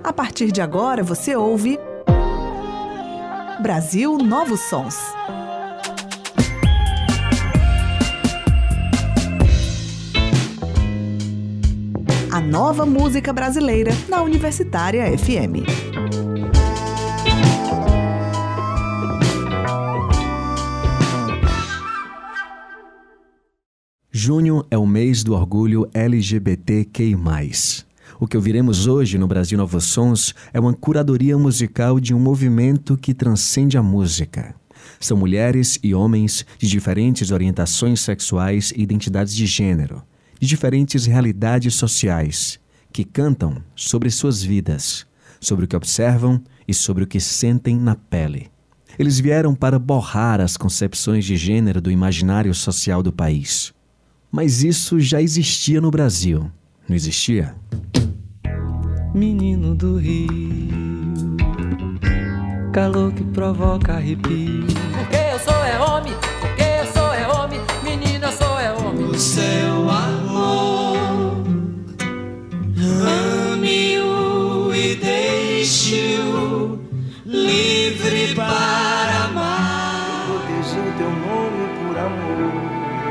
A partir de agora você ouve Brasil Novos Sons. A nova música brasileira na Universitária FM. Junho é o mês do orgulho LGBTQI+. O que ouviremos hoje no Brasil Novos Sons é uma curadoria musical de um movimento que transcende a música. São mulheres e homens de diferentes orientações sexuais e identidades de gênero, de diferentes realidades sociais, que cantam sobre suas vidas, sobre o que observam e sobre o que sentem na pele. Eles vieram para borrar as concepções de gênero do imaginário social do país. Mas isso já existia no Brasil, não existia? Menino do Rio, calor que provoca arrepio. Porque eu sou é homem, porque eu sou é homem, menina eu sou é homem. O seu amor, ame-o e deixe-o livre para amar. Proteger teu nome por amor.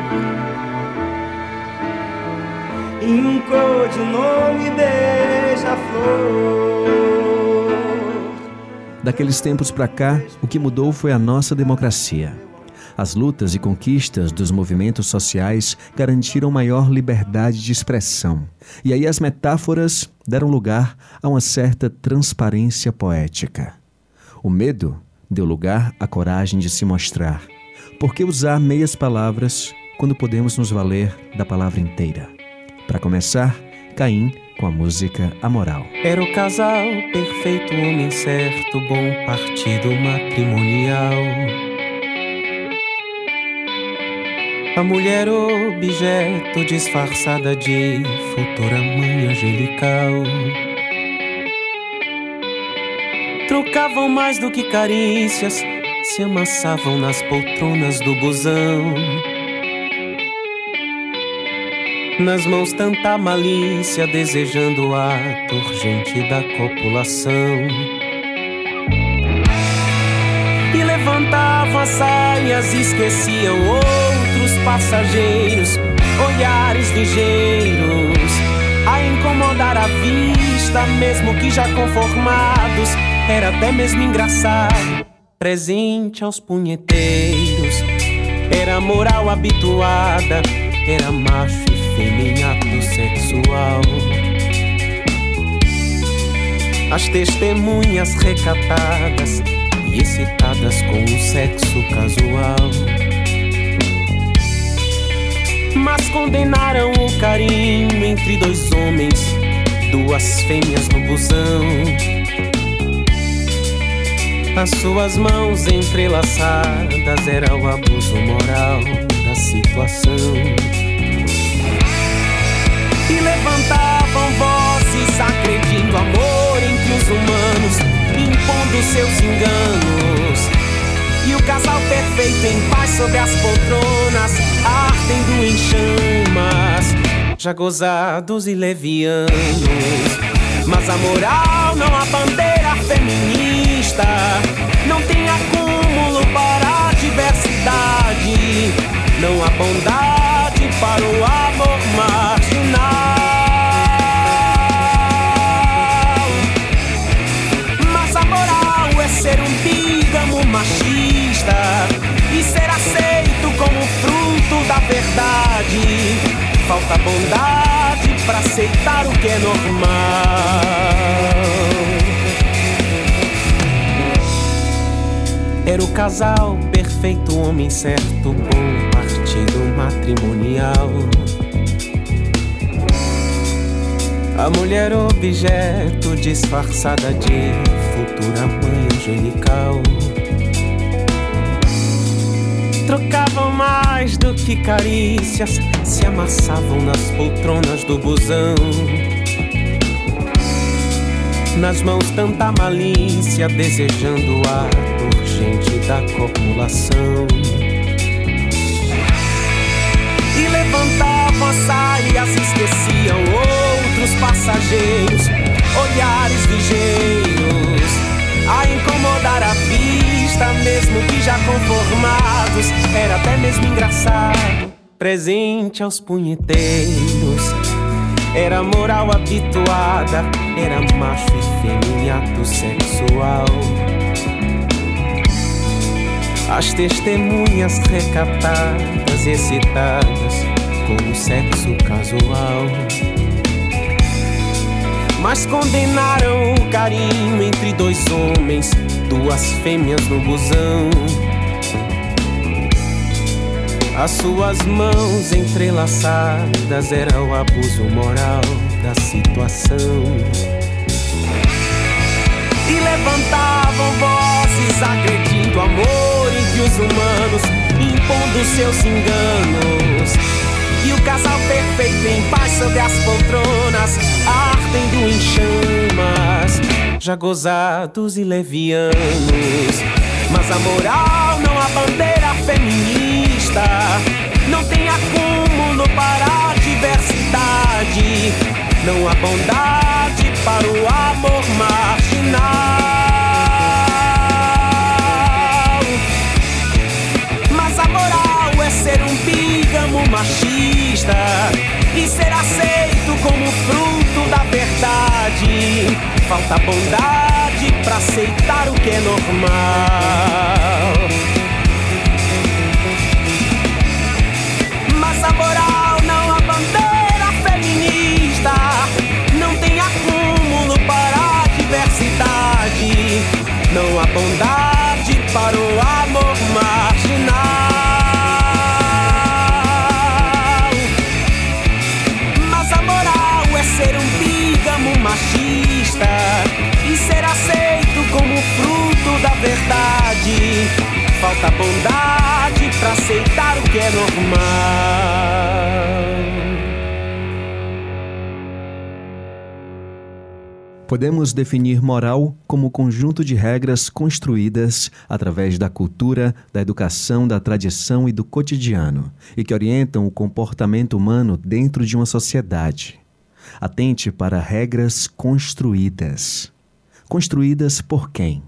E um codinome beija-flor. Daqueles tempos para cá, o que mudou foi a nossa democracia. As lutas e conquistas dos movimentos sociais garantiram maior liberdade de expressão. E aí as metáforas deram lugar a uma certa transparência poética. O medo deu lugar à coragem de se mostrar. Por que usar meias palavras quando podemos nos valer da palavra inteira? Para começar, Caim com a música Amoral. Era o casal perfeito, homem certo, bom partido matrimonial. A mulher objeto disfarçada de futura mãe angelical. Trocavam mais do que carícias, se amassavam nas poltronas do busão. Nas mãos tanta malícia, desejando o ato urgente da copulação. E levantavam as saias, esqueciam outros passageiros, olhares ligeiros, a incomodar a vista, mesmo que já conformados. Era até mesmo engraçado, presente aos punheteiros. Era moral habituada, era macho e fêmea, ato sexual. As testemunhas recatadas e excitadas com o sexo casual, mas condenaram o carinho entre dois homens, duas fêmeas no busão. As suas mãos entrelaçadas era o abuso moral da situação. E levantavam vozes, agredindo amor entre os humanos, impondo seus enganos. E o casal perfeito em paz sobre as poltronas, ardendo em chamas, já gozados e levianos. Mas a moral não há bandeira feminista, não tem acúmulo para a diversidade, não há bondade para o amor marginal. Mas a moral é ser um bígamo machista e ser aceito como fruto da verdade. Falta bondade para aceitar o que é normal. Era o casal perfeito, homem certo, bom partido matrimonial. A mulher objeto disfarçada de futura mãe angelical. Trocavam mais do que carícias, se amassavam nas poltronas do busão. Nas mãos tanta malícia, desejando o ato urgente da copulação. E levantavam as saias, esqueciam outros passageiros, olhares ligeiros. mesmo que já conformados. Era até mesmo engraçado. Presente aos punheteiros. Era moral habituada. Era macho e fêmea em ato sexual. As testemunhas recatadas, excitadas com o sexo casual. Mas condenaram o carinho entre dois homens, duas fêmeas no busão. As suas mãos entrelaçadas era o abuso moral da situação. E levantavam vozes agredindo o amor entre os humanos, impondo seus enganos. E o casal perfeito em paz sobre as poltronas, ardendo em chamas, já gozados e levianos. Mas a moral não a bandeira feminista, não tem acúmulo para a diversidade, não há bondade para o amor marginal. Mas a moral é ser um bígamo machista e ser aceito como fruto da verdade. Falta bondade pra aceitar o que é normal. Mas a moral não a bandeira feminista, não tem acúmulo para a diversidade, não há bondade para o amor marginal. Mas a moral é ser um bígamo machista e ser aceito como fruto da verdade. Falta bondade pra aceitar o que é normal. Podemos definir moral como conjunto de regras construídas através da cultura, da educação, da tradição e do cotidiano, e que orientam o comportamento humano dentro de uma sociedade. Atente para regras construídas. Construídas por quem?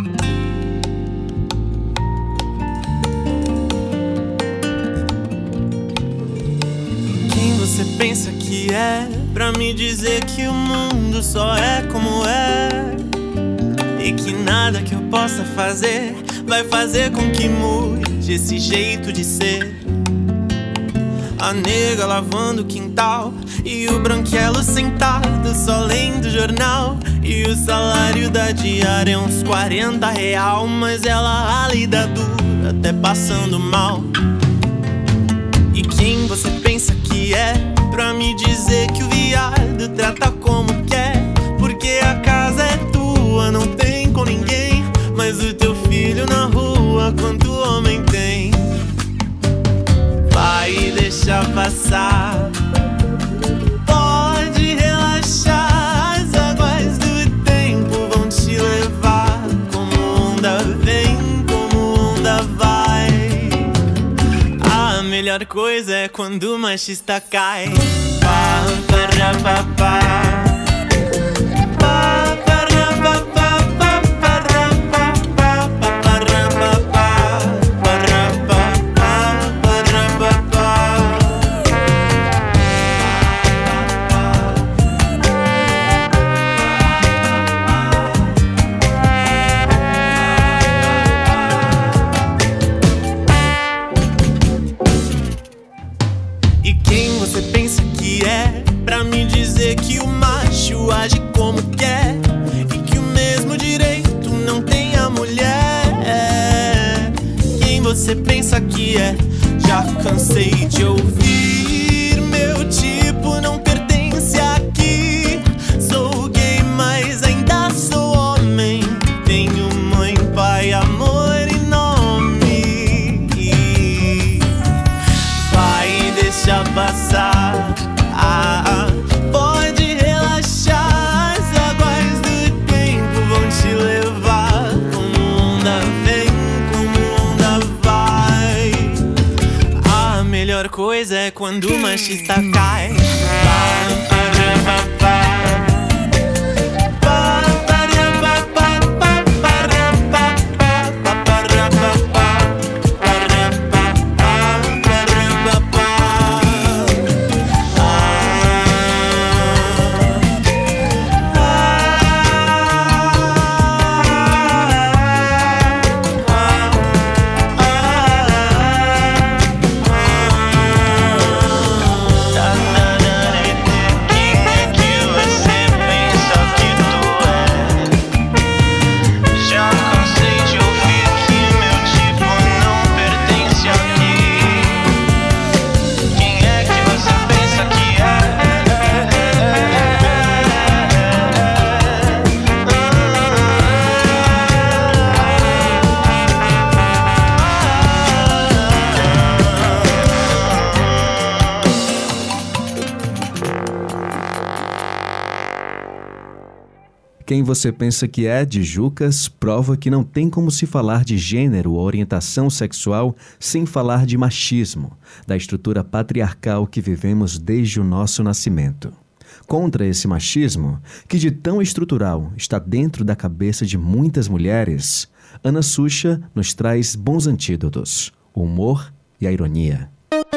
Quem você pensa que é pra me dizer que o mundo só é como é e que nada que eu possa fazer vai fazer com que mude esse jeito de ser? A nega lavando o quintal e o branquelo sentado só lendo jornal. E o salário da diária é uns R$40, mas ela lida dura até passando mal. E quem você pensa que é pra me dizer que o viado trata como quer? Porque a casa é tua, não tem com ninguém, mas o teu filho na rua quanto homem tem? Vai deixar passar, pode relaxar, as águas do tempo vão te levar. Como onda vem, como onda vai. A melhor coisa é quando o machista cai. Pá, pará, pá, pá. Que o macho age como quer e que o mesmo direito não tem a mulher. Quem você pensa que é? Já cansei de ouvir, meu tipo não pertence aqui. Sou gay, mas ainda sou homem. Tenho mãe, pai, amor e nome. Vai deixar passar. Coisa é quando o machista cai. Quem Você Pensa Que É, de Jucas, prova que não tem como se falar de gênero ou orientação sexual sem falar de machismo, da estrutura patriarcal que vivemos desde o nosso nascimento. Contra esse machismo, que de tão estrutural está dentro da cabeça de muitas mulheres, Ana Xuxa nos traz bons antídotos, o humor e a ironia.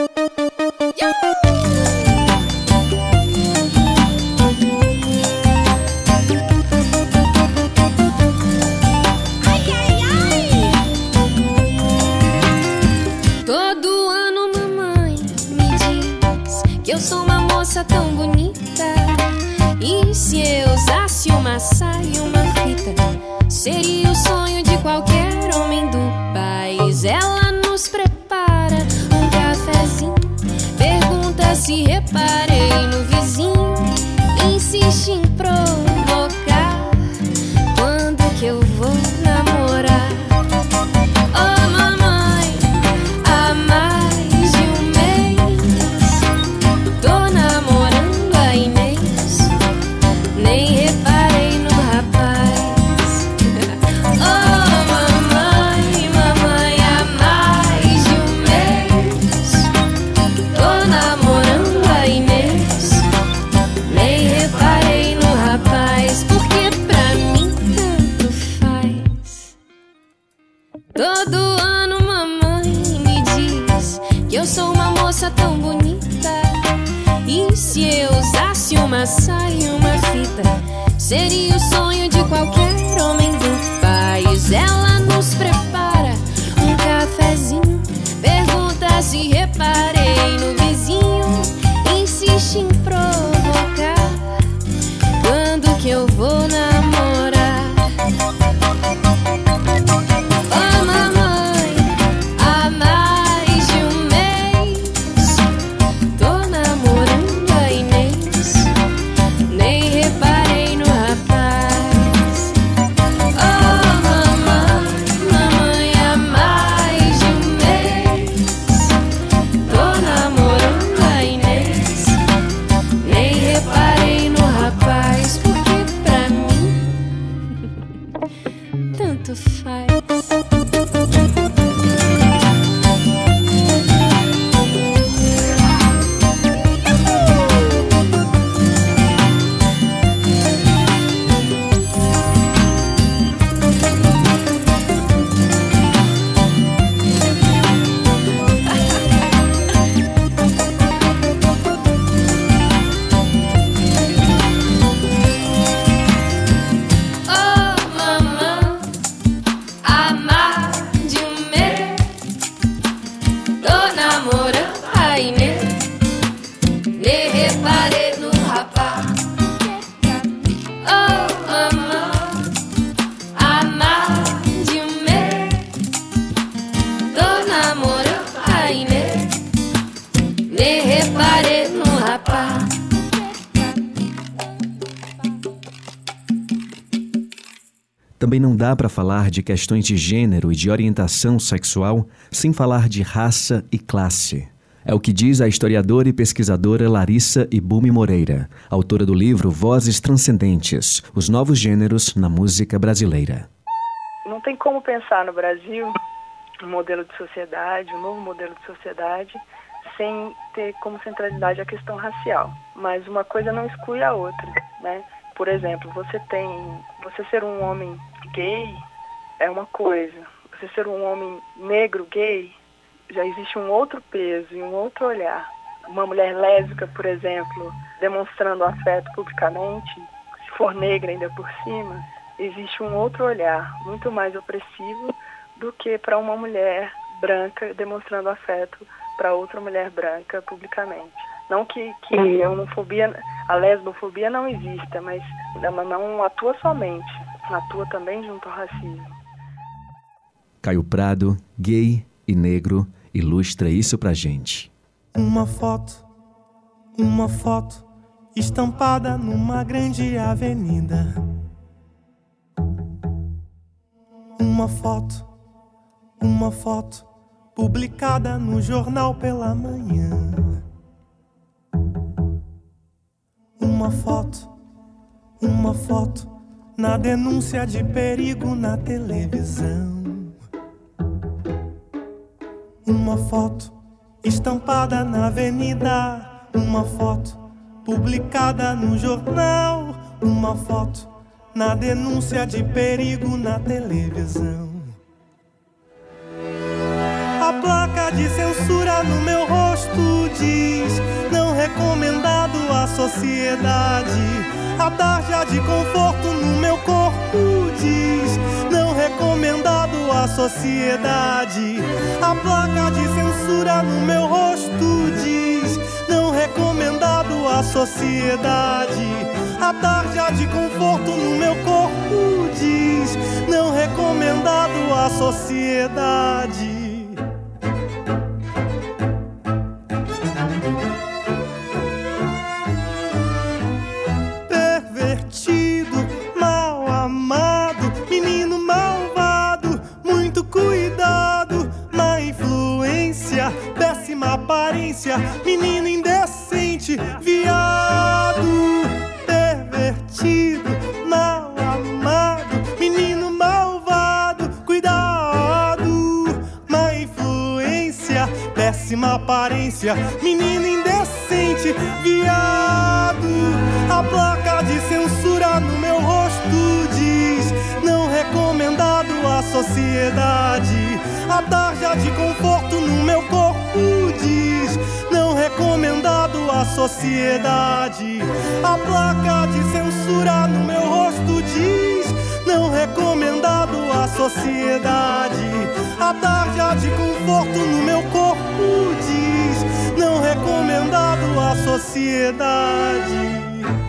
Eu sou uma moça tão bonita, e se eu usasse uma saia e uma fita, seria o sonho de qualquer homem do país. Ela nos prepara um cafezinho, pergunta se reparei no vizinho, insiste em provocar quando que eu vou namorar. Oh mamãe, há mais de um mês tô namorando a Inês, nem reparei no rapaz. Oh mamãe, mamãe, há mais de um mês tô namorando a Inês, nem reparei no rapaz, porque pra mim tanto faz. Todo ano mamãe me diz que eu sou uma moça tão bonita, e se eu usasse uma saia e uma fita, seria o sonho de qualquer homem do país. Ela nos prepara um cafezinho, pergunta se reparei no vizinho, insiste em provocar quando que eu vou namorar. Oh mamãe, há mais de um mês tô namorando a Inês, nem reparei no rapaz. Oh mamãe, mamãe, há mais de um mês tô namorando a Inês, nem reparei no rapaz, porque pra mim tanto faz. Oh mamãe, há mais de um mês tô namorando a Inês, nem reparei no rapaz. Oh mamãe, há mais de um mês tô namorando a Inês, nem reparei no rapaz. Também não dá para falar de questões de gênero e de orientação sexual sem falar de raça e classe. É o que diz a historiadora e pesquisadora Larissa Ibume Moreira, autora do livro Vozes Transcendentes, os novos gêneros na música brasileira. Não tem como pensar no Brasil um modelo de sociedade, um novo modelo de sociedade, sem ter como centralidade a questão racial. Mas uma coisa não exclui a outra, né? Por exemplo, você ser um homem gay é uma coisa. Você ser um homem negro gay, já existe um outro peso e um outro olhar. Uma mulher lésbica, por exemplo, demonstrando afeto publicamente, se for negra ainda por cima, existe um outro olhar, muito mais opressivo do que para uma mulher branca demonstrando afeto para outra mulher branca publicamente. Não que a homofobia, a lesbofobia não exista, mas ela não atua somente, atua também junto ao racismo. Caio Prado, gay e negro, ilustra isso pra gente. Uma foto estampada numa grande avenida. Uma foto publicada no jornal pela manhã. Uma foto na denúncia de perigo na televisão. Uma foto estampada na avenida, uma foto publicada no jornal, uma foto na denúncia de perigo na televisão. A placa de censura no meu rosto diz: não recomendado à sociedade. A tarja de conforto no meu corpo diz: não recomendado à sociedade. A placa de censura no meu rosto diz: não recomendado à sociedade. A tarja de conforto no meu corpo diz: não recomendado à sociedade. Aparência, menino indecente, viado, pervertido, mal amado, menino malvado, cuidado, má influência, péssima aparência, menino indecente, viado. A placa de censura no meu rosto diz: não recomendado à sociedade. A tarja de conforto no meu corpo diz: não recomendado à sociedade. A placa de censura no meu rosto diz: não recomendado à sociedade. A tarja de conforto no meu corpo diz: não recomendado à sociedade.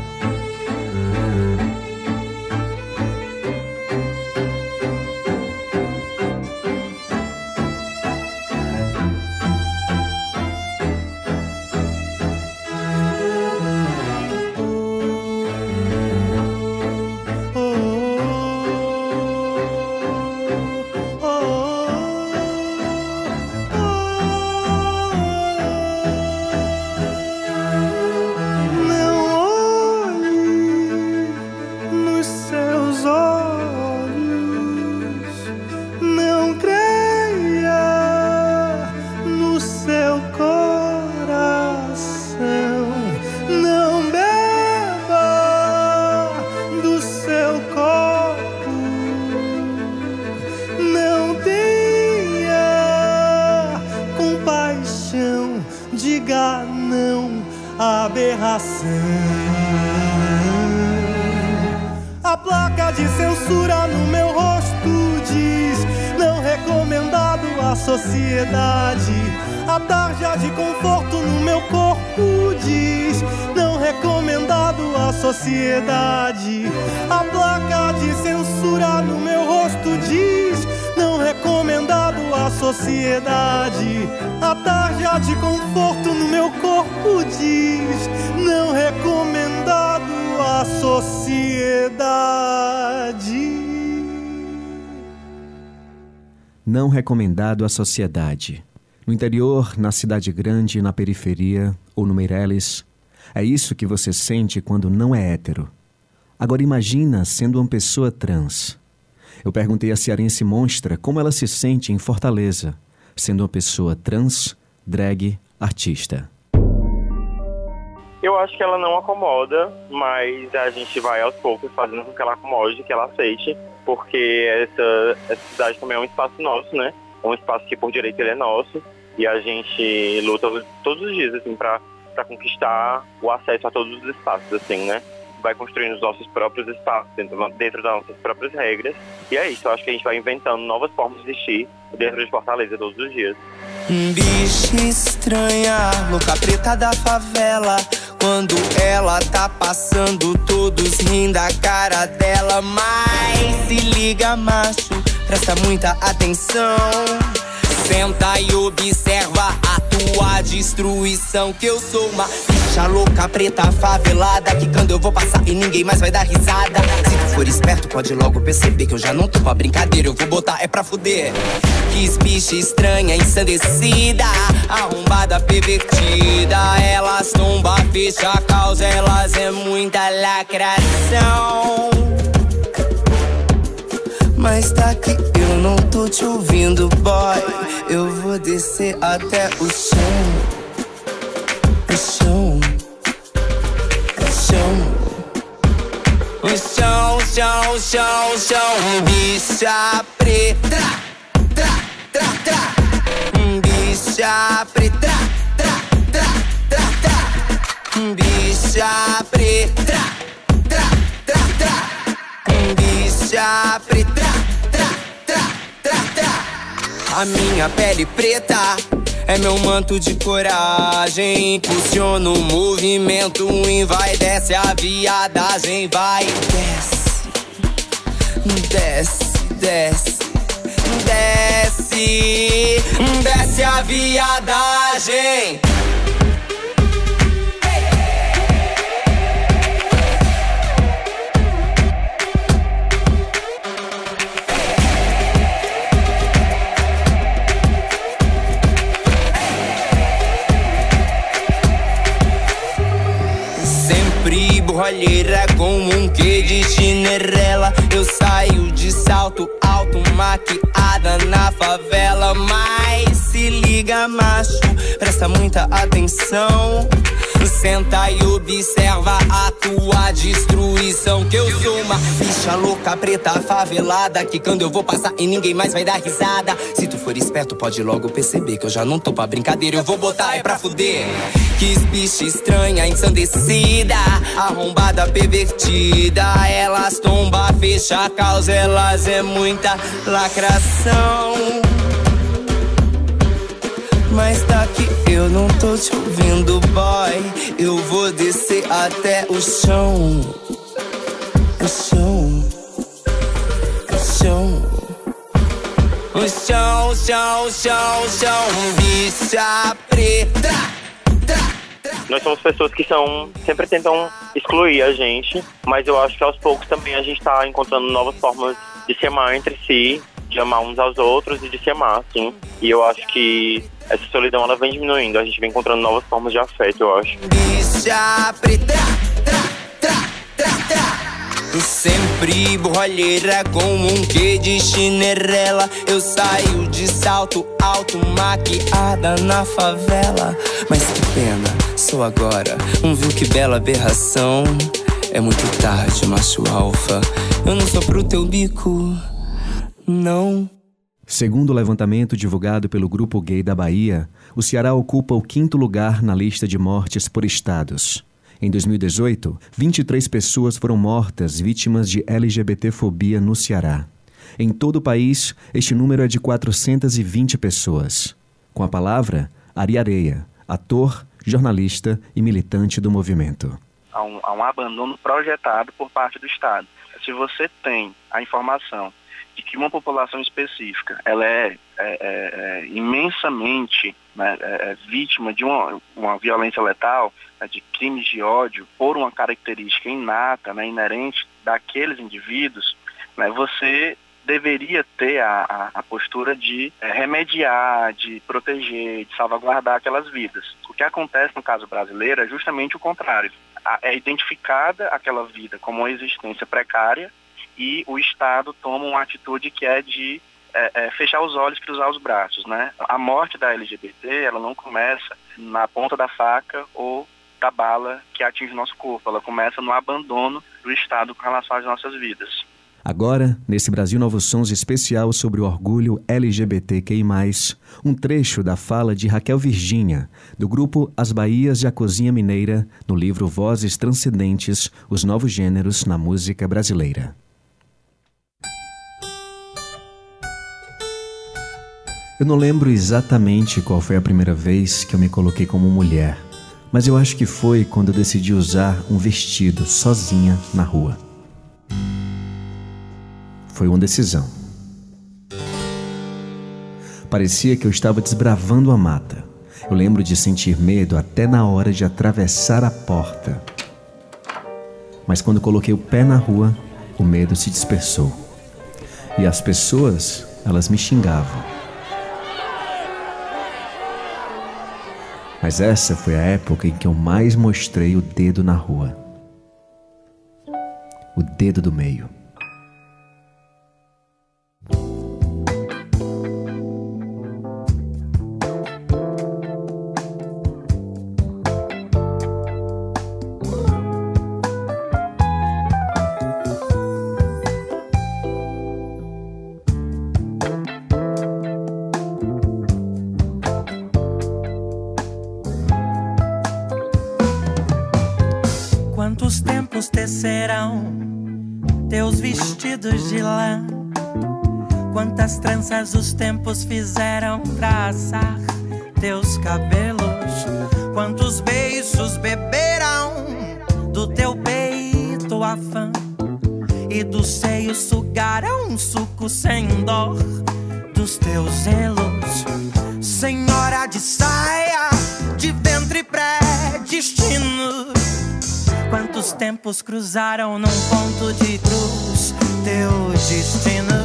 A placa de censura no meu rosto diz: não recomendado à sociedade. A tarja de conforto no meu corpo diz: não recomendado à sociedade. A placa de censura no meu rosto diz: não recomendado à sociedade. A tarja de conforto no meu corpo diz: não recomendado à sociedade. Não recomendado à sociedade. No interior, na cidade grande, na periferia ou no Meireles, é isso que você sente quando não é hétero. Agora imagina sendo uma pessoa trans. Eu perguntei à cearense Monstra como ela se sente em Fortaleza, sendo uma pessoa trans, drag, artista. Eu acho que ela não acomoda, mas a gente vai aos poucos fazendo com que ela acomode, que ela aceite, porque essa cidade também é um espaço nosso, né? É um espaço que por direito ele é nosso, e a gente luta todos os dias, assim, para conquistar o acesso a todos os espaços, assim, né? Vai construindo os nossos próprios espaços dentro das nossas próprias regras. E é isso, eu acho que a gente vai inventando novas formas de existir dentro de Fortaleza todos os dias. Bicha estranha, louca preta da favela. Quando ela tá passando, todos riem da cara dela. Mas se liga, macho, presta muita atenção. Senta e observa a tua destruição. Que eu sou uma bicha louca, preta, favelada, que quando eu vou passar e ninguém mais vai dar risada. Se tu for esperto, pode logo perceber que eu já não tô pra brincadeira, eu vou botar é pra fuder. Quis bicha estranha, ensandecida, arrombada, pervertida. Elas tomba, fecha a causa, elas é muita lacração. Mas daqui eu não tô te ouvindo, boy. Eu vou descer até o chão. O chão. O chão. O chão, chão, chão, chão. Bicha preta. Tra, tra, tra. Bicha preta. Tra, tra, tra, tra. Bicha preta. Tra, tra, tra. Bicha preta. Tra, tra, tra, tra. A minha pele preta é meu manto de coragem. Impulsiona o movimento, desce a viadagem. Vai, desce, desce, desce, desce, desce a viadagem. Borralheira com um quê de Cinderela. Eu saio de salto alto, maquiada na favela. Mas se liga, macho, presta muita atenção. Senta e observa a tua destruição. Que eu sou uma bicha louca, preta, favelada, que quando eu vou passar e ninguém mais vai dar risada. Se tu for esperto pode logo perceber que eu já não tô pra brincadeira. Eu vou botar é pra fuder. Que bicha estranha, ensandecida, arrombada, pervertida. Elas tomba, fecha a causa, elas é muita lacração. Mas daqui eu não tô te ouvindo, boy. Eu vou descer até o chão. O chão. O chão. O chão, chão, chão, chão. Bicha preta. Nós somos pessoas que sempre tentam excluir a gente, mas eu acho que aos poucos também a gente tá encontrando novas formas de se amar entre si, de amar uns aos outros e de se amar, assim. E eu acho que essa solidão, ela vem diminuindo, a gente vem encontrando novas formas de afeto, eu acho. Bicha preta, tra, tra, tra, tra. Sempre borralheira com um quê de Cinderela. Eu saio de salto alto, maquiada na favela. Mas que pena, sou agora viu que bela aberração. É muito tarde, macho alfa, eu não sou pro teu bico, não. Segundo o levantamento divulgado pelo Grupo Gay da Bahia, o Ceará ocupa o 5º lugar na lista de mortes por estados. Em 2018, 23 pessoas foram mortas vítimas de LGBTfobia no Ceará. Em todo o país, este número é de 420 pessoas. Com a palavra, Ari Areia, ator, jornalista e militante do movimento. Há um abandono projetado por parte do Estado. Se você tem a informação de que uma população específica ela é imensamente, né, vítima de uma violência letal, né, de crimes de ódio, por uma característica inata, né, inerente daqueles indivíduos, né, você deveria ter a postura de remediar, de proteger, de salvaguardar aquelas vidas. O que acontece no caso brasileiro é justamente o contrário. É identificada aquela vida como uma existência precária e o Estado toma uma atitude que é de fechar os olhos, cruzar os braços, né? A morte da LGBT, ela não começa na ponta da faca ou da bala que atinge o nosso corpo. Ela começa no abandono do Estado com relação às nossas vidas. Agora, nesse Brasil Novos Sons especial sobre o orgulho LGBTQI+, um trecho da fala de Raquel Virgínia, do grupo As Bahias e a Cozinha Mineira, no livro Vozes Transcendentes, os Novos Gêneros na Música Brasileira. Eu não lembro exatamente qual foi a primeira vez que eu me coloquei como mulher, mas eu acho que foi quando eu decidi usar um vestido sozinha na rua. Foi uma decisão. Parecia que eu estava desbravando a mata. Eu lembro de sentir medo até na hora de atravessar a porta. Mas quando coloquei o pé na rua, o medo se dispersou. E as pessoas, elas me xingavam. Mas essa foi a época em que eu mais mostrei o dedo na rua. O dedo do meio. Quantos tempos tecerão teus vestidos de lã? Quantas tranças os tempos fizeram traçar teus cabelos? Quantos beiços beberão do teu peito afã? E dos seios sugarão suco sem dó dos teus zelos? Senhora de saia, de ventre pré-destino, quantos tempos cruzaram num ponto de cruz teu destino?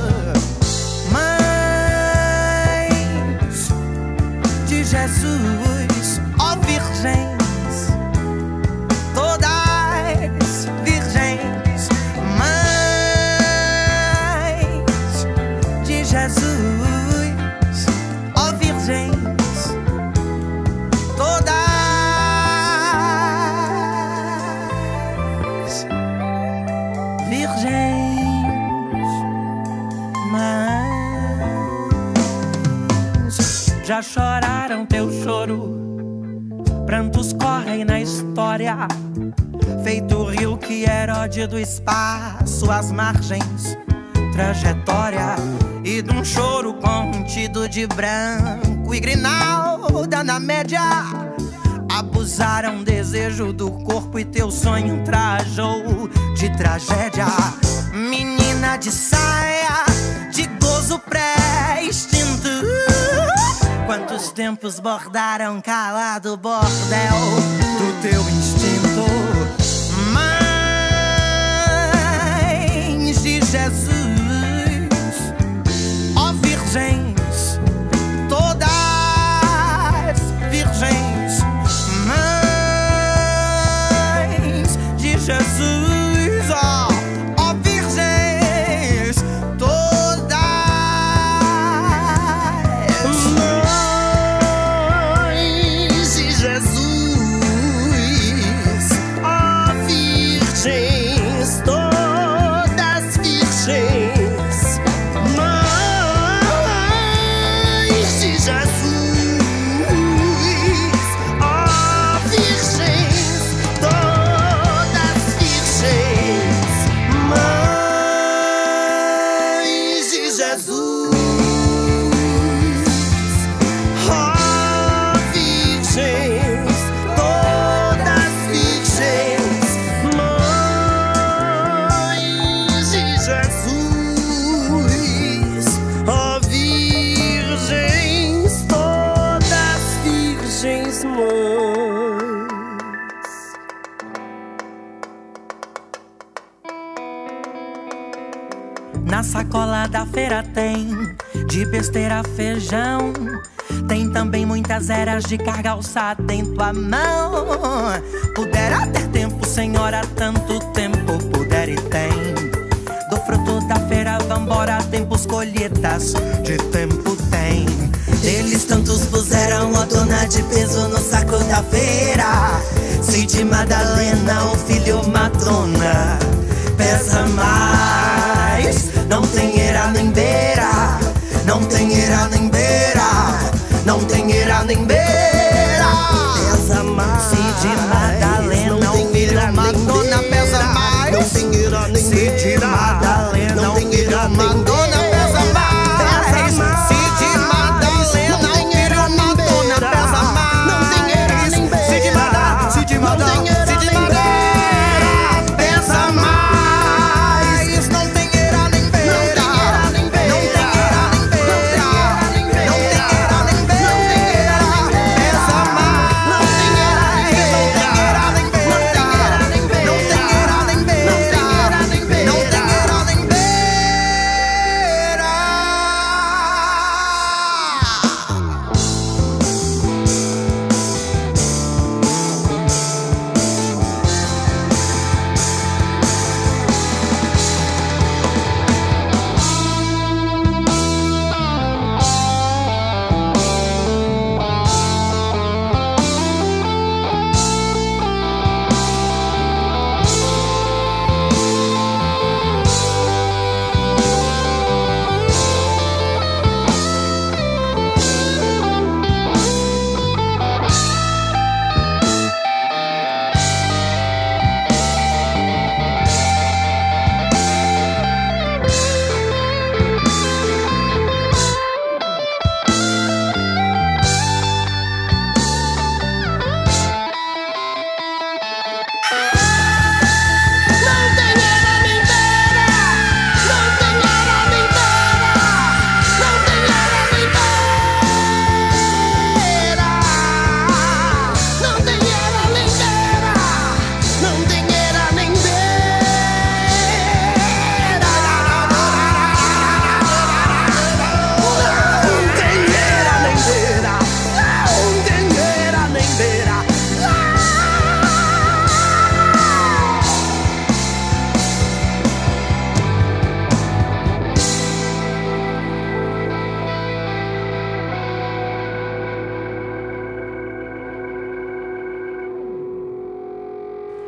Mães de Jesus, ó virgens, todas virgens, mães de Jesus, ó virgens, todas virgens, mães. Já choraram teu choro, prantos correm na história, feito o rio que erode do espaço as margens, trajetória. E de um choro contido de branco e grinalda na média, abusaram desejo do corpo e teu sonho trajou de tragédia. Menina de saia, de gozo pré-extinto, quantos tempos bordaram calado o bordel do teu instinto? Mães de Jesus, ó virgens, todas virgens, mães de Jesus, ó virgens, todas mães de Jesus, ó virgens, todas virgens, mães de Jesus, ó virgens, todas virgens, mães de Jesus, ó virgens, todas virgens, mães de Jesus, ó virgens, todas virgens, mães. Na sacola da feira tem de besteira feijão, tem também muitas eras de carga alçada em tua mão. Pudera ter tempo, senhora, tanto tempo puder e tem. Do fruto da feira vambora, tempos colheitas de tempo tem. Deles tantos puseram a dona de peso no saco da feira. Cid Madalena, o filho Madonna, pesa mais. Não tem era nem beira, não tem era nem beira, não tem era nem beira. Pesa mais. Cid Madalena, o filho Madonna, pesa mais. Não tem era nem beira. Cid Madalena, o filho Madonna, pesa mais. Cid Madalena, o filho Madonna, pesa mais. Não tem era nem beira. Cid Madalena, Cid Madalena, Cid Madalena, pesa mais. Não tem era nem beira. Não tem era nem beira. Não tem era nem beira. Pesa mais. Não tem era nem beira. Não tem era nem beira. Não tem era nem beira. Não tem era nem beira.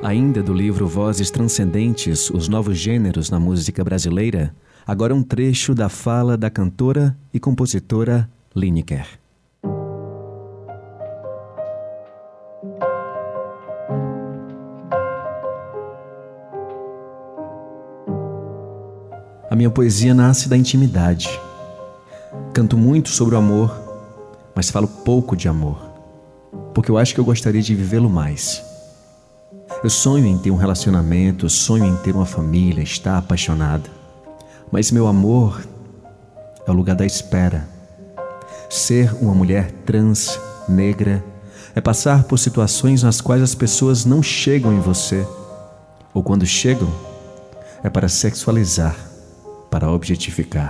Ainda do livro Vozes Transcendentes, os novos gêneros na música brasileira, agora um trecho da fala da cantora e compositora Lineker. A minha poesia nasce da intimidade. Canto muito sobre o amor, mas falo pouco de amor, porque eu acho que eu gostaria de vivê-lo mais. Eu sonho em ter um relacionamento, sonho em ter uma família, estar apaixonada. Mas meu amor é o lugar da espera. Ser uma mulher trans, negra, é passar por situações nas quais as pessoas não chegam em você, ou quando chegam, é para sexualizar, para objetificar.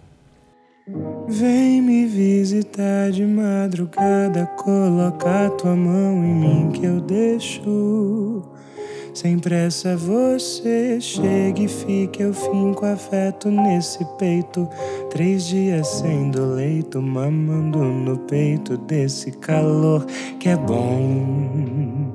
Vem me visitar de madrugada, coloca tua mão em mim que eu deixo. Sem pressa você chega e fica, eu finco afeto nesse peito. 3 dias sendo leito, mamando no peito desse calor que é bom.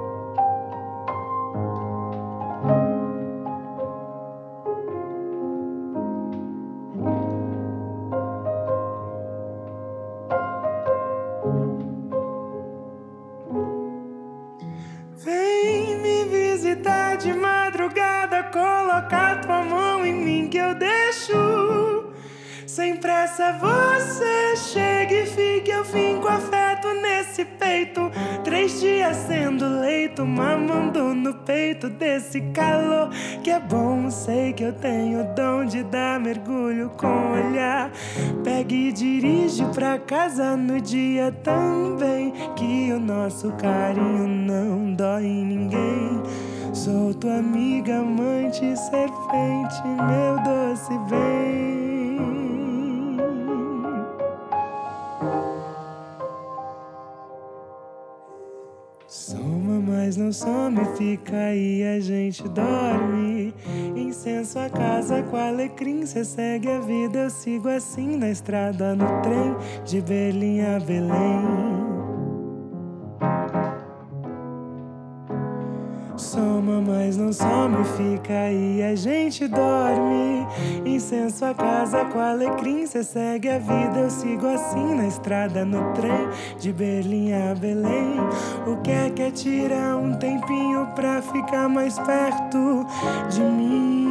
De madrugada, coloca tua mão em mim que eu deixo. Sem pressa você chega e fica, eu finco afeto nesse peito. 3 dias sendo leito, mamando no peito desse calor que é bom. Sei que eu tenho o dom de dar mergulho com o olhar. Pega e dirige pra casa no dia também, que o nosso carinho não dói em ninguém. Sou tua amiga, amante, serpente, meu doce bem. Soma, mas não some, fica aí, a gente dorme. Incenso a casa com alecrim, cê segue a vida, eu sigo assim na estrada, no trem, de Berlim a Belém. Soma, mas não some, fica aí, a gente dorme. Incenso a casa com alecrim, cê segue a vida, eu sigo assim na estrada, no trem, de Berlim a Belém. O que é tirar um tempinho pra ficar mais perto de mim?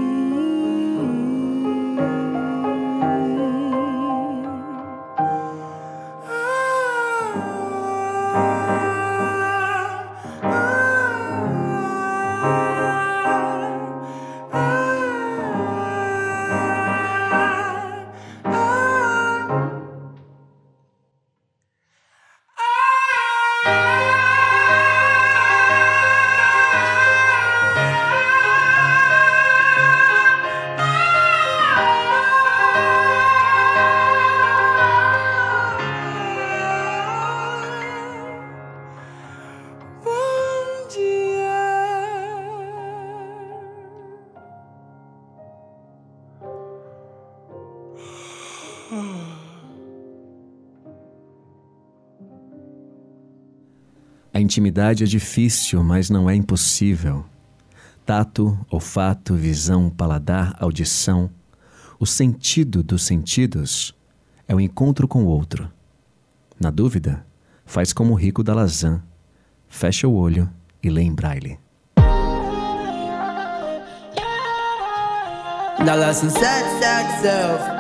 A intimidade é difícil, mas não é impossível. Tato, olfato, visão, paladar, audição. O sentido dos sentidos é o encontro com o outro. Na dúvida, faz como o rico da Lazan. Fecha o olho e lê em braille. Da Lazan self.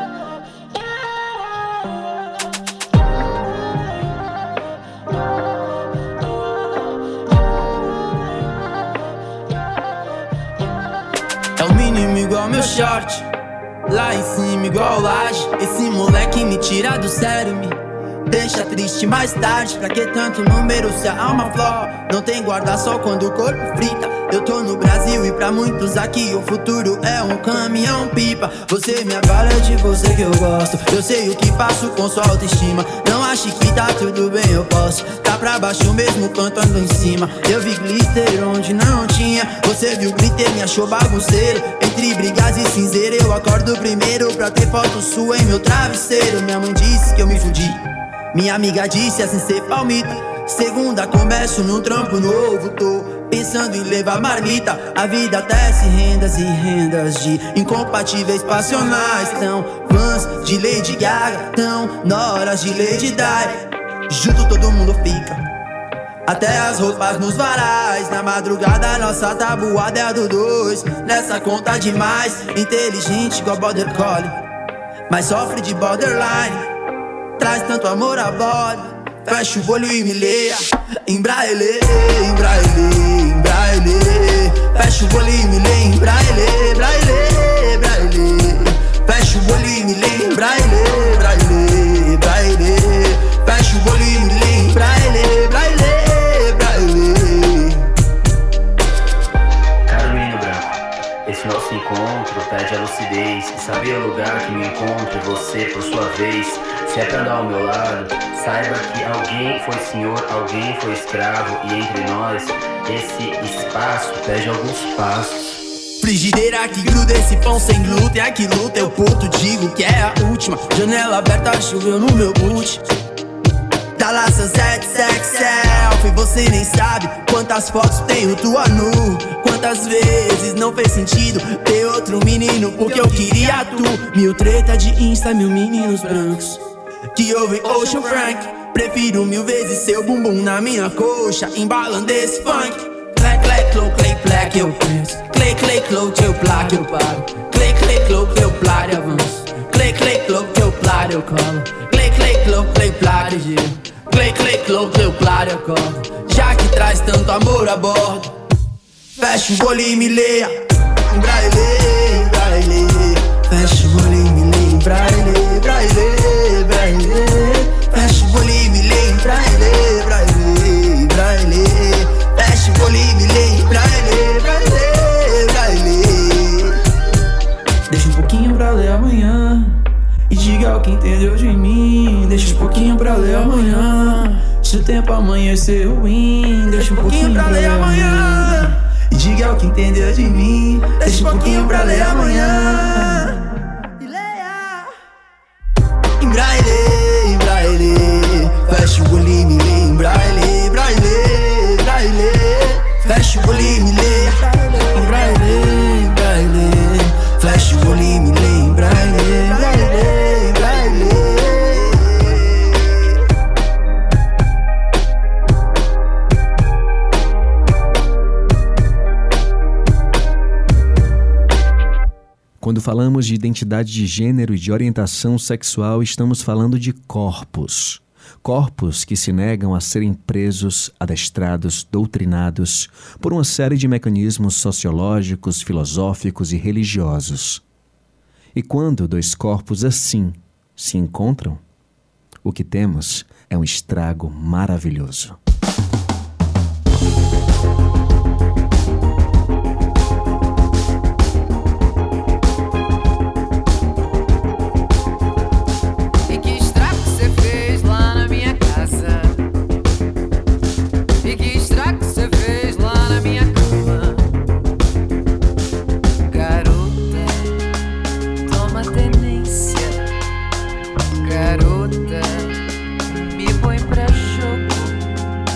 É o mínimo igual meu short, lá em cima igual laje. Esse moleque me tira do sério, me deixa triste mais tarde. Pra que tanto número se a alma flora? Não tem guarda-sol quando o corpo frita. Eu tô no Brasil e pra muitos aqui o futuro é um caminhão pipa. Você me abalha, de você que eu gosto. Eu sei o que faço com sua autoestima. Não ache que tá tudo bem, eu posso tá pra baixo mesmo cantando em cima. Eu vi glitter onde não tinha. Você viu glitter, me achou bagunceiro. Entre brigas e cinzeiro eu acordo primeiro pra ter foto sua em meu travesseiro. Minha mãe disse que eu me fudi, minha amiga disse assim ser palmito. Segunda começo num trampo novo, tô pensando em levar marmita. A vida tece rendas e rendas de incompatíveis passionais. Tão fãs de Lady Gaga, tão noras de Lady Di. Junto todo mundo fica, até as roupas nos varais. Na madrugada nossa tabuada é a do 2. Nessa conta demais, inteligente igual border collie, mas sofre de borderline. Traz tanto amor a bordo, fecha o olho e me leia. Em braille, em braille, em braille. Fecha o olho e me leia. Em braille, braille, braille. Fecha o olho e me leia. Em braille, braille, braille. Fecha o olho e me leia. Em braille, braille, braille. Caro menino branco, esse nosso encontro pede a lucidez e saber o lugar que me encontro e você, por sua vez. Se é pra andar ao meu lado, saiba que alguém foi senhor, alguém foi escravo. E entre nós, esse espaço pede alguns passos. Frigideira que gruda esse pão sem glúten. Aqui luta eu puto, digo que é a última. Janela aberta, choveu no meu boot. Tá lá sunset, sex, selfie. Você nem sabe quantas fotos tenho tua nu. Quantas vezes não fez sentido ter outro menino porque eu queria tu. Mil treta de Insta, mil meninos brancos que ouvem Ocean Frank. Prefiro mil vezes seu bumbum na minha coxa, embalando esse funk. Clay, clay, clow, clay, plaque, eu penso. Clay, clay, clow, teu plaque, eu paro. Clay, clay, clow, teu plaque, avanço. Clay, clay, clow, teu plaque, eu colo. Clay, clay, clow, clay, plaque, giro. Clay, clay, clow, teu plaque, eu colo. Já que traz tanto amor a bordo, fecha o olho e me leia. Em braille, braille. Fecha o olho e me leia. Em braille, braille, braille. Fecha o olho e me leia. Em braille, braille, braille. Fecha o olho e me leia. Em braille, braille, braille. Deixa um pouquinho pra ler amanhã e diga o que entendeu de mim. Deixa um pouquinho pra ler amanhã, se o tempo amanhecer ruim. Deixa um pouquinho pra ler amanhã e diga o que entendeu de mim. Deixa um pouquinho pra ler amanhã e leia. Em braille, em braille. Fecha o olho e me leia. Em braille, braille, braille. Fecha o olho e me leia. Em braille, braille. Fecha o olho e me leia. Em braille, braille, braille. Quando falamos de identidade de gênero e de orientação sexual, estamos falando de corpos. Corpos que se negam a serem presos, adestrados, doutrinados por uma série de mecanismos sociológicos, filosóficos e religiosos. E quando dois corpos assim se encontram, o que temos é um estrago maravilhoso. Garota, me põe pra jogo.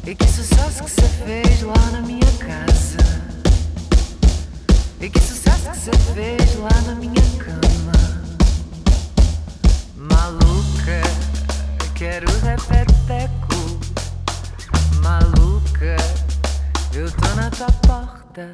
E que sucesso que você fez lá na minha casa. E que sucesso que você fez lá na minha cama. Maluca, quero repeteco. Maluca, eu tô na tua porta.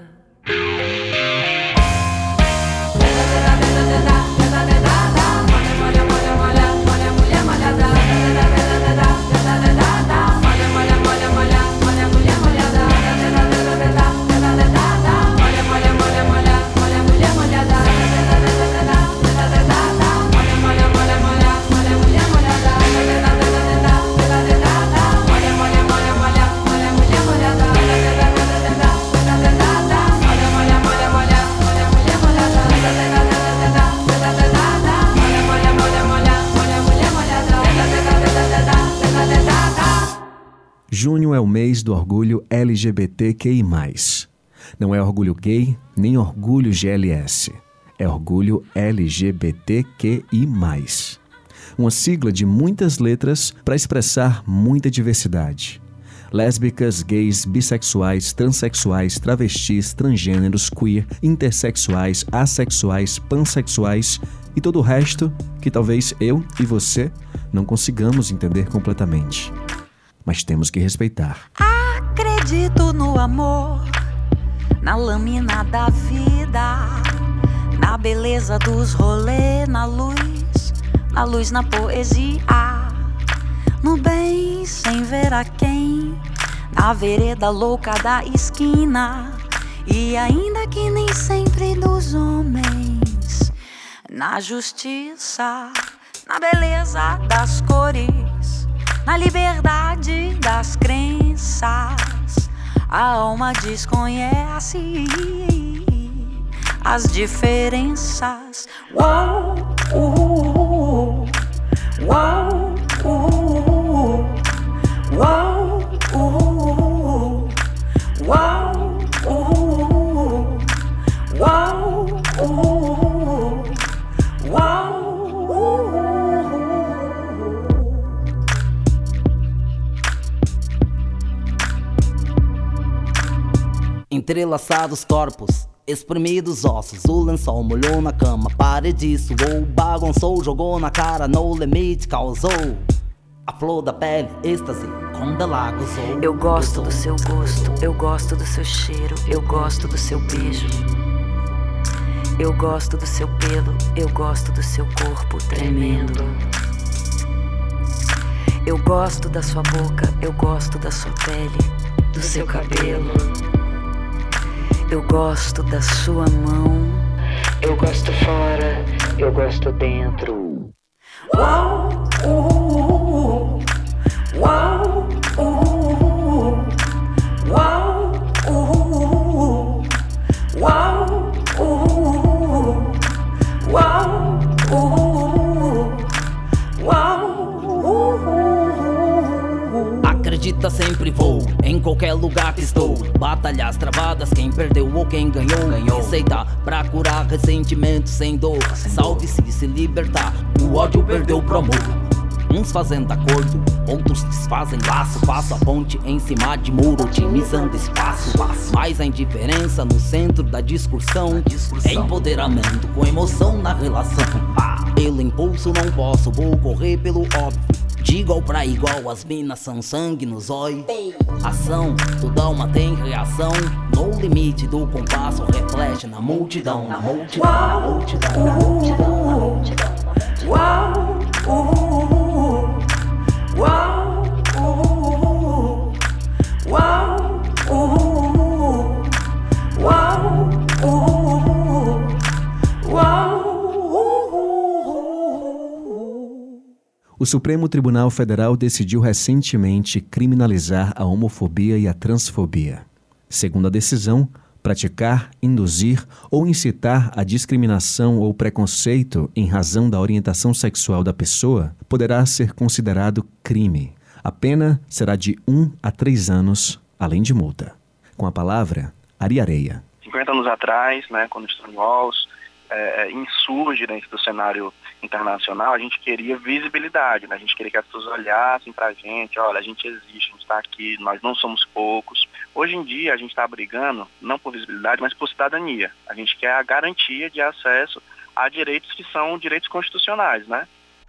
Junho é o mês do orgulho LGBTQI+. Não é orgulho gay, nem orgulho GLS. É orgulho LGBTQI+. Uma sigla de muitas letras para expressar muita diversidade. Lésbicas, gays, bissexuais, transexuais, travestis, transgêneros, queer, intersexuais, assexuais, pansexuais e todo o resto que talvez eu e você não consigamos entender completamente. Mas temos que respeitar. Acredito no amor, na lâmina da vida, na beleza dos rolês, na luz na poesia, no bem sem ver a quem, na vereda louca da esquina, e ainda que nem sempre dos homens, na justiça, na beleza das cores, na liberdade das crenças. A alma desconhece as diferenças. Uou, uou, uou, uou, uou, uou, uou, uou, uou. Entrelaçados corpos, espremidos ossos, o lençol molhou na cama, parede suou, bagunçou, jogou na cara, no limite causou a flor da pele, êxtase, quando ela gozou. Eu gosto do seu gosto, eu gosto do seu cheiro, eu gosto do seu beijo. Eu gosto do seu pelo, eu gosto do seu corpo tremendo. Eu gosto da sua boca, eu gosto da sua pele, do seu cabelo. Eu gosto da sua mão. Eu gosto fora, eu gosto dentro. Uau, uau, uau, uau, uau, uau, uau, acredita, sempre vou, em qualquer lugar que estou. Batalhas travadas, quem perdeu ou quem ganhou. Receita pra curar ressentimento sem dor. Salve-se se libertar, o ódio perdeu pro amor. Uns fazendo acordo, outros desfazem laço. Faço a ponte em cima de muro, otimizando espaço. Mas a indiferença no centro da discussão é empoderamento com emoção na relação. Pelo impulso não posso, vou correr pelo óbvio. De igual pra igual, as minas são sangue no zóio. Ação, toda uma tem reação. No limite do compasso, reflete na multidão. Na multidão, na multidão, na multidão, na multidão. Uau, uau, uau, uau, uau, uau. O Supremo Tribunal Federal decidiu recentemente criminalizar a homofobia e a transfobia. Segundo a decisão, praticar, induzir ou incitar a discriminação ou preconceito em razão da orientação sexual da pessoa poderá ser considerado crime. A pena será de 1 a 3 anos, além de multa. Com a palavra, Ari Areia. 50 anos atrás, né, quando Stonewall insurge dentro do cenário internacional, a gente queria visibilidade, né? A gente queria que as pessoas olhassem pra gente, olha, a gente existe, a gente está aqui, nós não somos poucos. Hoje em dia a gente está brigando, não por visibilidade, mas por cidadania. A gente quer a garantia de acesso a direitos que são direitos constitucionais, né?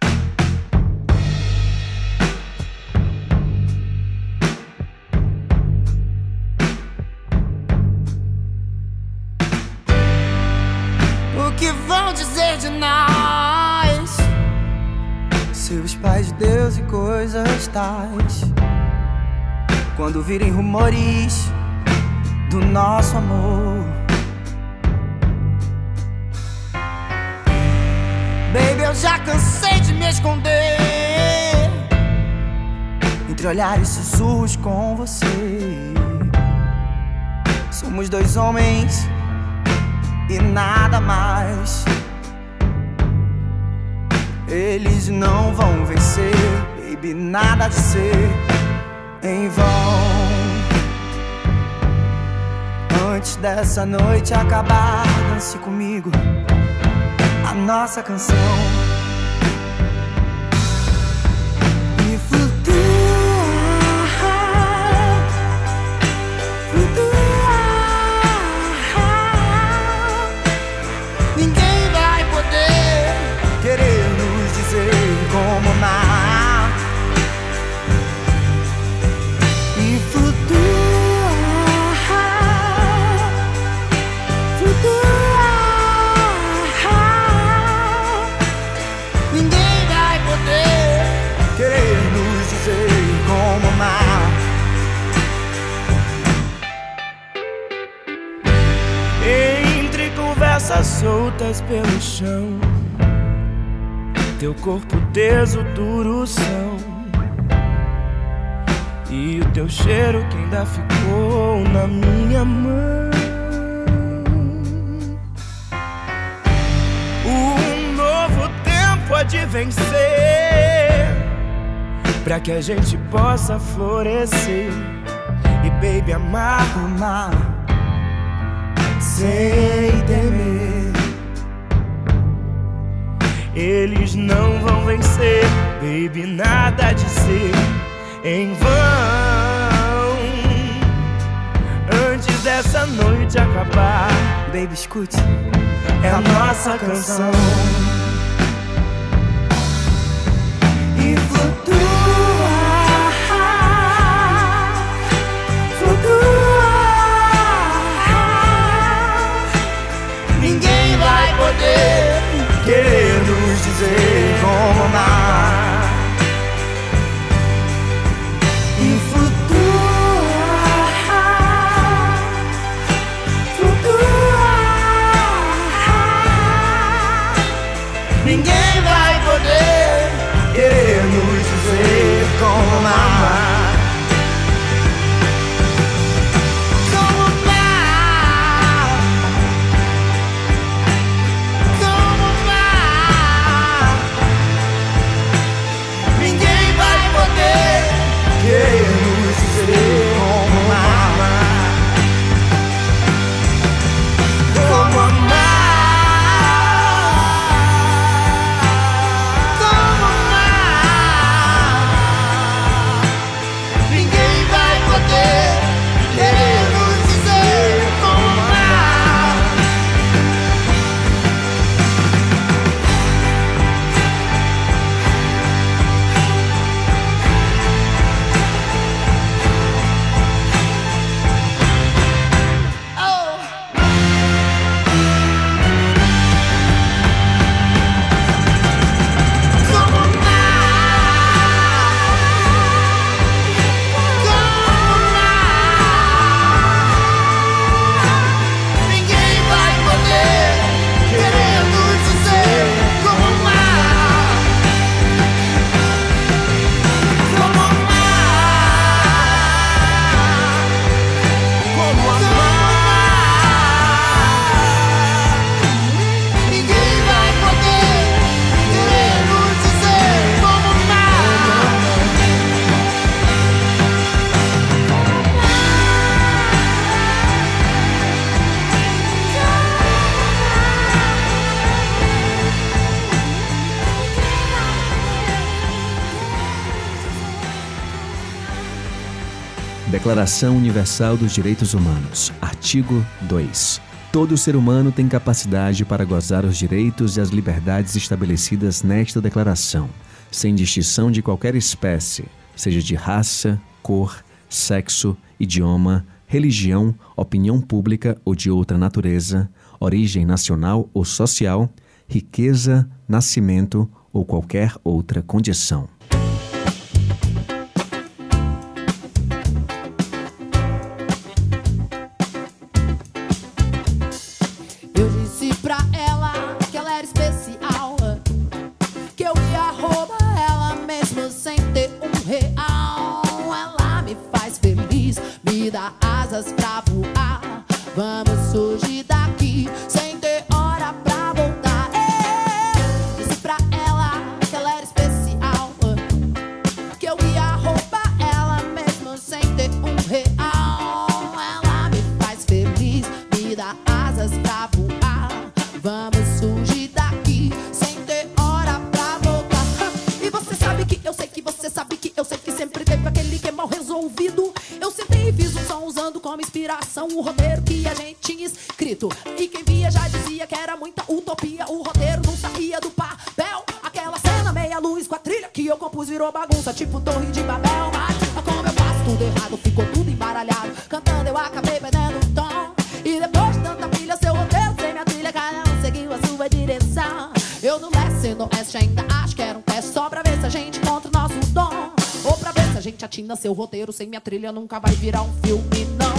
O que vão dizer de nós? Seus pais, Deus e coisas tais, quando virem rumores do nosso amor. Baby, eu já cansei de me esconder entre olhares e sussurros com você. Somos dois homens e nada mais. Eles não vão vencer, baby, nada de ser em vão. Antes dessa noite acabar, dance comigo a nossa canção e flutua, flutua. Ninguém vai poder querer nos dizer como amar. E flutua, flutua. Ninguém vai poder querer nos dizer como amar. Entre conversas soltas pelo chão, teu corpo teso, duro são, e o teu cheiro que ainda ficou na minha mão. Um novo tempo pode vencer, pra que a gente possa florescer e, baby, amar, amar sem temer. Eles não vão vencer, baby, nada de ser em vão. Antes dessa noite acabar, baby, escute, é a nossa canção. E flutua, flutua. Ninguém vai poder querer nos dizer como amar. E flutua, flutua. Declaração Universal dos Direitos Humanos, artigo 2. Todo ser humano tem capacidade para gozar os direitos e as liberdades estabelecidas nesta declaração, sem distinção de qualquer espécie, seja de raça, cor, sexo, idioma, religião, opinião pública ou de outra natureza, origem nacional ou social, riqueza, nascimento ou qualquer outra condição. Eu disse pra ela que ela era especial, que eu ia roubar ela mesmo sem ter R$1. Ela me faz feliz, me dá asas pra voar. Vamos fugir daqui sem ter hora pra voltar. Disse pra ela que ela era especial, que eu ia roubar ela mesmo sem ter R$1. Ela me faz feliz, me dá asas pra voar. Vamos fugir daqui sem ter hora pra voltar. E você sabe que eu sei que você sabe que eu sei que sempre teve aquele que é mal resolvido. Eu sentei e fiz um som usando como inspiração o roteiro que a gente tinha escrito. E quem via já dizia que era muita utopia. O roteiro não saía do papel. Aquela cena meia luz com a trilha que eu compus virou bagunça, tipo Torre de Babel. Mas como eu faço tudo errado, ficou tudo embaralhado. Cantando eu acabei perdendo o tom. E depois de tanta pilha, seu roteiro sem minha trilha, cada um seguiu a sua direção. Eu no leste, sendo oeste, ainda acho que era um teste só pra ver se a gente encontra o nosso dom. Ou pra ver se a gente atina seu roteiro sem minha trilha, nunca vai virar um filme, não.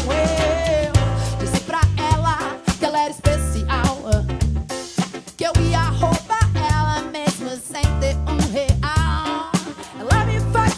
Eu disse pra ela que ela era especial, que eu ia roubar ela mesmo sem ter R$1. Ela me faz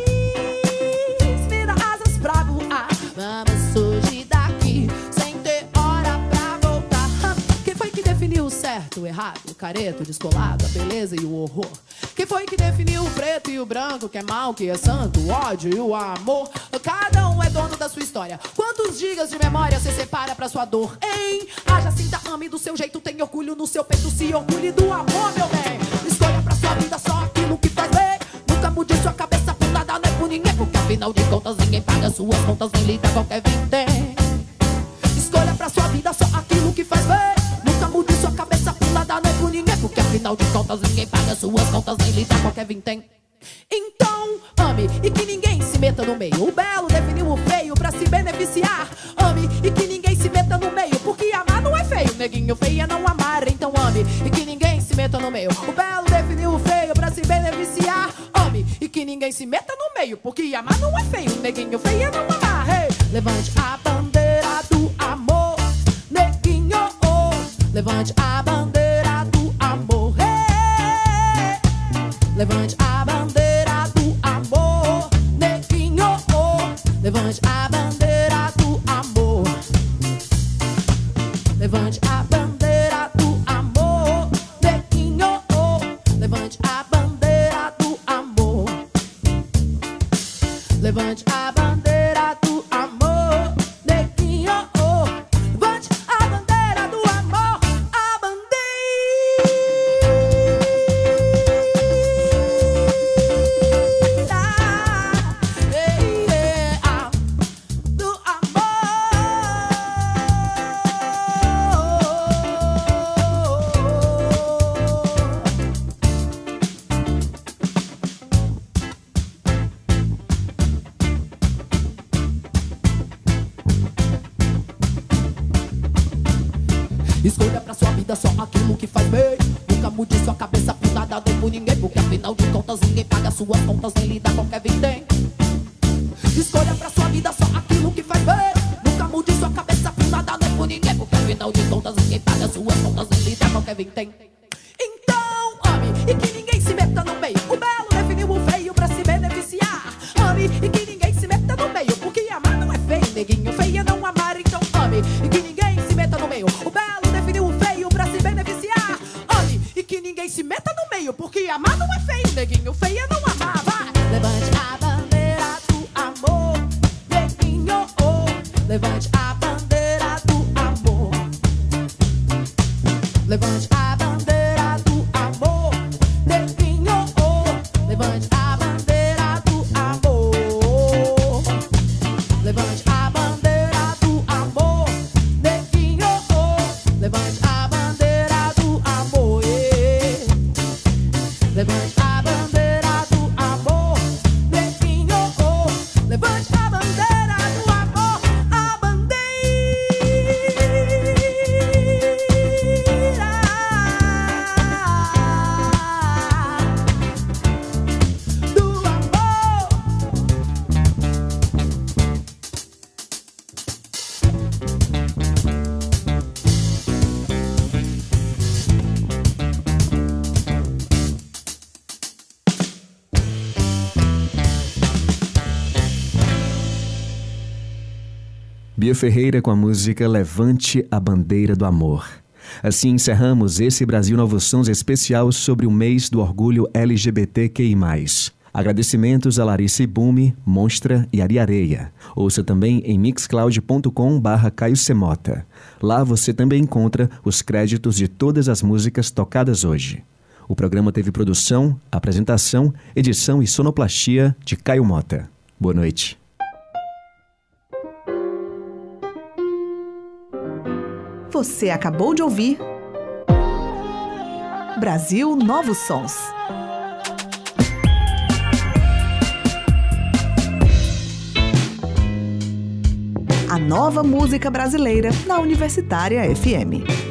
feliz, me dá asas pra voar. Vamos fugir daqui sem ter hora pra voltar. Quem foi que definiu o certo, o errado, o careto, o descolado, a beleza e o horror? Quem foi que definiu o preto e o branco, que é mal, que é santo, o ódio e o amor? Cada um é dono da sua história. Quantos gigas de memória você separa pra sua dor, hein? A Jacinta ame do seu jeito, tem orgulho no seu peito, se orgulhe do amor, meu bem. Escolha pra sua vida só aquilo que faz bem. Nunca mude sua cabeça por nada, não é por ninguém, porque afinal de contas ninguém paga suas contas, nem lida qualquer vintém. Escolha pra sua vida só aquilo que faz bem. Nunca mude sua cabeça por nada, não é por ninguém, porque afinal de contas ninguém paga suas contas, nem lida qualquer vintém. Então, ame e que ninguém se meta no meio. O belo definiu o feio pra se beneficiar. Ame e que ninguém se meta no meio, porque amar não é feio, neguinho, feio é não amar. Então ame e que ninguém se meta no meio. O belo definiu o feio pra se beneficiar. Ame e que ninguém se meta no meio, porque amar não é feio, neguinho, feio é não amar. Hey! Levante a bandeira do amor, neguinho, oh. Levante a bandeira do amor, hey! Levante a bandeira do amor, neguinho, oh. Levante a bandeira do amor. Levante a bandeira do amor, neguinho, oh. Levante a bandeira do amor. Levante a bandeira do amor, neguinho, oh. Levante a bandeira do amor, a bandeira do amor. Escolha pra sua vida só aquilo que faz bem. Nunca mude sua cabeça por nada, nem por ninguém, porque afinal de contas ninguém paga suas contas, nem lida qualquer vintém. Escolha pra sua vida só aquilo que faz bem. Nunca mude sua cabeça por nada, nem por ninguém, porque afinal de contas ninguém paga suas contas, nem lida qualquer vintém. Então ame e que ninguém se meta no meio. O belo definiu o feio pra se beneficiar. Ame e que ninguém se meta no meio, porque amar não é feio, neguinho, feio é não amar. Então ame e que ninguém se meta no meio. O belo definiu o feio pra se beneficiar. Ame e que ninguém se meta no meio, porque amar não é feio, neguinho, feio é não amar. Vai! Levante a bandeira do amor, neguinho, oh. Levante a bandeira do amor. Levante a bandeira. Bia Ferreira com a música Levante a Bandeira do Amor. Assim encerramos esse Brasil Novos Sons especial sobre o mês do orgulho LGBTQI+. Agradecimentos a Larissa Ibume, Monstra e Ari Areia. Ouça também em mixcloud.com/Caio Semota. Lá você também encontra os créditos de todas as músicas tocadas hoje. O programa teve produção, apresentação, edição e sonoplastia de Caio Mota. Boa noite. Você acabou de ouvir Brasil Novos Sons. A nova música brasileira na Universitária FM.